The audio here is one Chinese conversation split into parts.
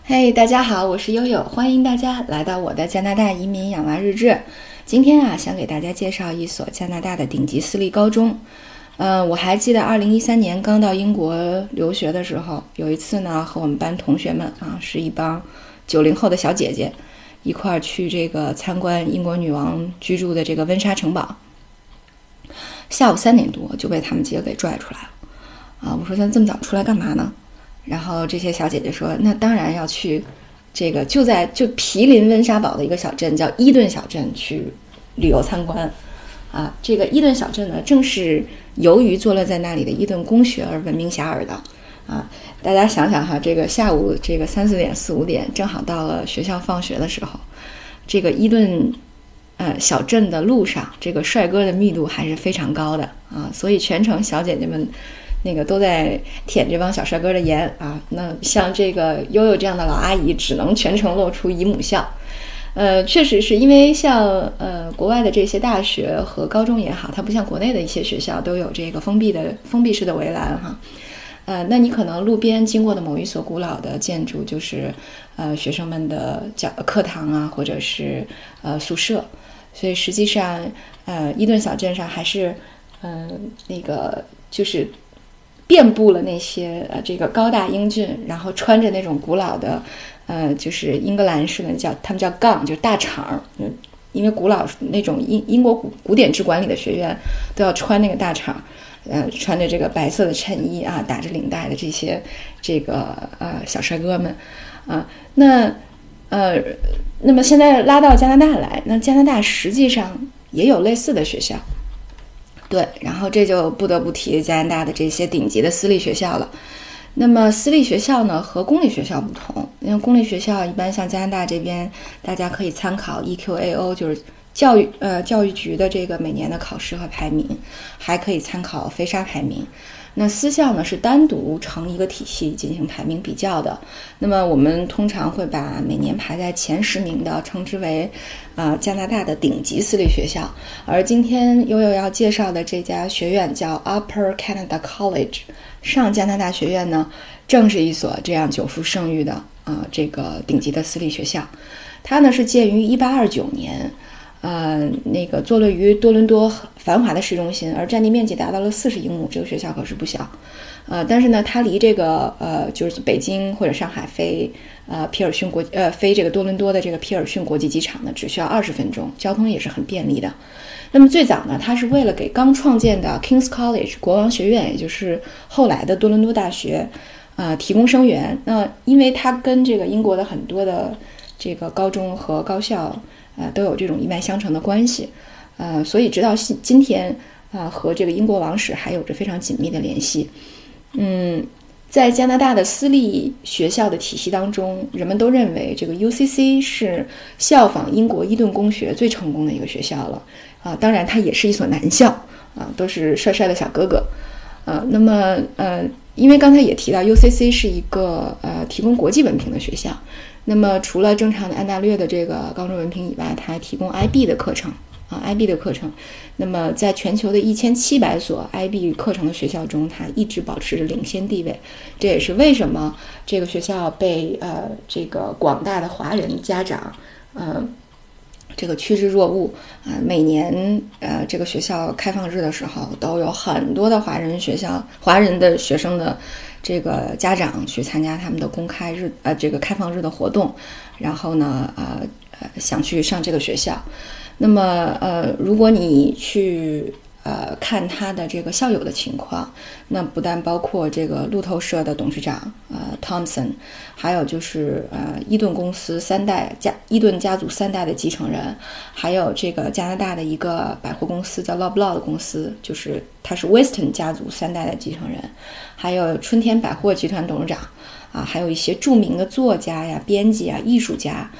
嘿，大家好，我是悠悠，欢迎大家来到我的加拿大移民养娃日志。今天想给大家介绍一所加拿大的顶级私立高中。我还记得2013年刚到英国留学的时候，有一次呢，和我们班同学们是一帮90后的小姐姐，一块儿去这个参观英国女王居住的这个温莎城堡。下午3点多就被他们几个给拽出来了。我说咱这么早出来干嘛呢？然后这些小姐姐说，那当然要去这个就毗邻温莎堡的一个小镇叫伊顿小镇去旅游参观。这个伊顿小镇呢，正是由于坐落在那里的伊顿公学而闻名遐迩的。大家想想哈，这个下午这个3、4点、4、5点，正好到了学校放学的时候，这个伊顿小镇的路上，这个帅哥的密度还是非常高的所以全程小姐姐们那个都在舔这帮小帅哥的颜那像这个悠悠这样的老阿姨只能全程露出姨母笑。确实是因为像国外的这些大学和高中也好，它不像国内的一些学校都有这个封闭式的围栏那你可能路边经过的某一所古老的建筑就是学生们的课堂或者是宿舍，所以实际上伊顿小镇上还是那个就是遍布了那些这个高大英俊，然后穿着那种古老的就是英格兰式的他们叫杠，就是大氅因为古老那种英国古典制管理的学院都要穿那个大氅穿着这个白色的衬衣打着领带的这些这个小帅哥们那么现在拉到加拿大来，那加拿大实际上也有类似的学校。对，然后这就不得不提加拿大的这些顶级的私立学校了。那么私立学校呢和公立学校不同，因为公立学校一般像加拿大这边，大家可以参考 EQAO， 就是教育局的这个每年的考试和排名，还可以参考菲沙排名。那私校呢是单独成一个体系进行排名比较的。那么我们通常会把每年排在前10名的称之为加拿大的顶级私立学校。而今天悠悠要介绍的这家学院叫 Upper Canada College 上加拿大学院呢，正是一所这样久负盛誉的这个顶级的私立学校。它呢是建于1829年。那个坐落于多伦多繁华的市中心，而占地面积达到了40英亩，这个学校可是不小。但是呢，它离这个就是北京或者上海飞这个多伦多的这个皮尔逊国际机场呢，只需要20分钟，交通也是很便利的。那么最早呢，它是为了给刚创建的 King's College 国王学院，也就是后来的多伦多大学提供生源。那因为它跟这个英国的很多的这个高中和高校都有这种一脉相承的关系，所以直到今天和这个英国王室还有着非常紧密的联系。在加拿大的私立学校的体系当中，人们都认为这个 UCC 是效仿英国伊顿公学最成功的一个学校了当然它也是一所男校都是帅帅的小哥哥那么因为刚才也提到 UCC 是一个提供国际文凭的学校，那么除了正常的安大略的这个高中文凭以外，它还提供 IB 的课程IB 的课程。那么在全球的1700所 IB 课程的学校中，它一直保持着领先地位。这也是为什么这个学校被这个广大的华人家长这个趋之若鹜每年这个学校开放日的时候，都有很多的华人的学生的这个家长去参加他们的公开日这个开放日的活动，然后呢想去上这个学校。那么如果你去看他的这个校友的情况，那不但包括这个路透社的董事长Thompson， 还有就是伊顿公司伊顿家族3代的继承人，还有这个加拿大的一个百货公司叫 Loblaw 的公司，就是他是 Weston 家族3代的继承人，还有春天百货集团董事长还有一些著名的作家编辑艺术家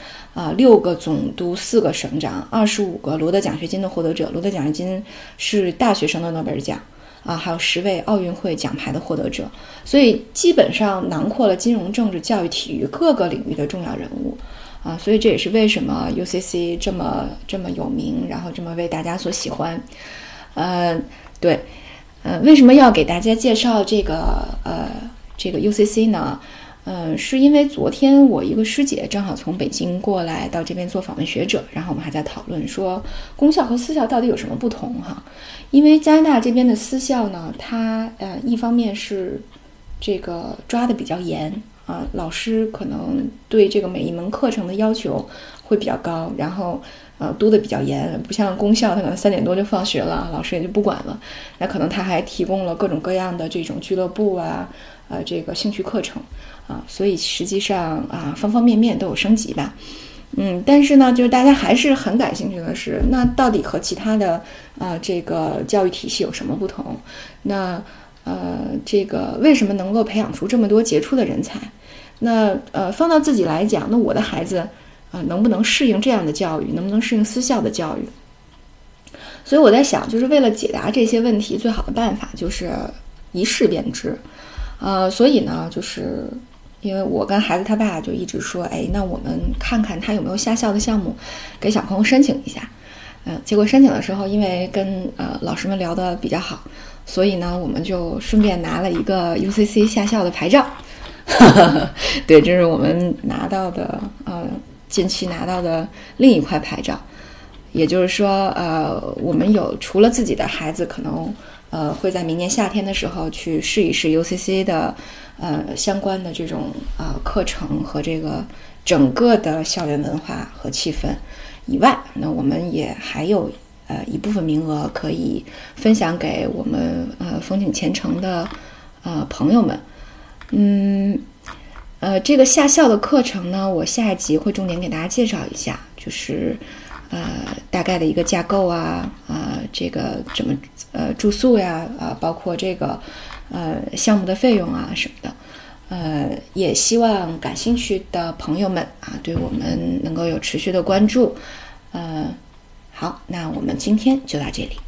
6个总督，4个省长，25个罗德奖学金的获得者，罗德奖学金是大学生的诺贝尔奖还有10位奥运会奖牌的获得者，所以基本上囊括了金融、政治、教育、体育各个领域的重要人物所以这也是为什么 UCC 这么有名，然后这么为大家所喜欢。对，为什么要给大家介绍这个 UCC 呢？ 是因为昨天我一个师姐正好从北京过来到这边做访问学者，然后我们还在讨论说公校和私校到底有什么不同哈。因为加拿大这边的私校呢，它一方面是这个抓的比较严啊，老师可能对这个每一门课程的要求会比较高，然后督的比较严，不像公校，他可能3点多就放学了，老师也就不管了。那可能他还提供了各种各样的这种俱乐部啊，这个兴趣课程啊，所以实际上方方面面都有升级吧。但是呢，就是大家还是很感兴趣的是，那到底和其他的这个教育体系有什么不同？那这个为什么能够培养出这么多杰出的人才？那放到自己来讲，那我的孩子能不能适应这样的教育？能不能适应私校的教育？所以我在想，就是为了解答这些问题，最好的办法就是一试便知。所以呢，就是因为我跟孩子他爸就一直说，那我们看看他有没有下校的项目，给小朋友申请一下。结果申请的时候，因为跟老师们聊得比较好，所以呢，我们就顺便拿了一个 UCC 下校的牌照。对，这是我们拿到的近期拿到的另一块牌照。也就是说，我们除了自己的孩子可能会在明年夏天的时候去试一试 UCC 的相关的这种课程和这个整个的校园文化和气氛以外，那我们也还有一部分名额可以分享给我们风景前程的朋友们。这个下校的课程呢，我下一集会重点给大家介绍一下，就是大概的一个架构这个怎么住宿呀包括这个项目的费用什么的，也希望感兴趣的朋友们对我们能够有持续的关注。好，那我们今天就到这里。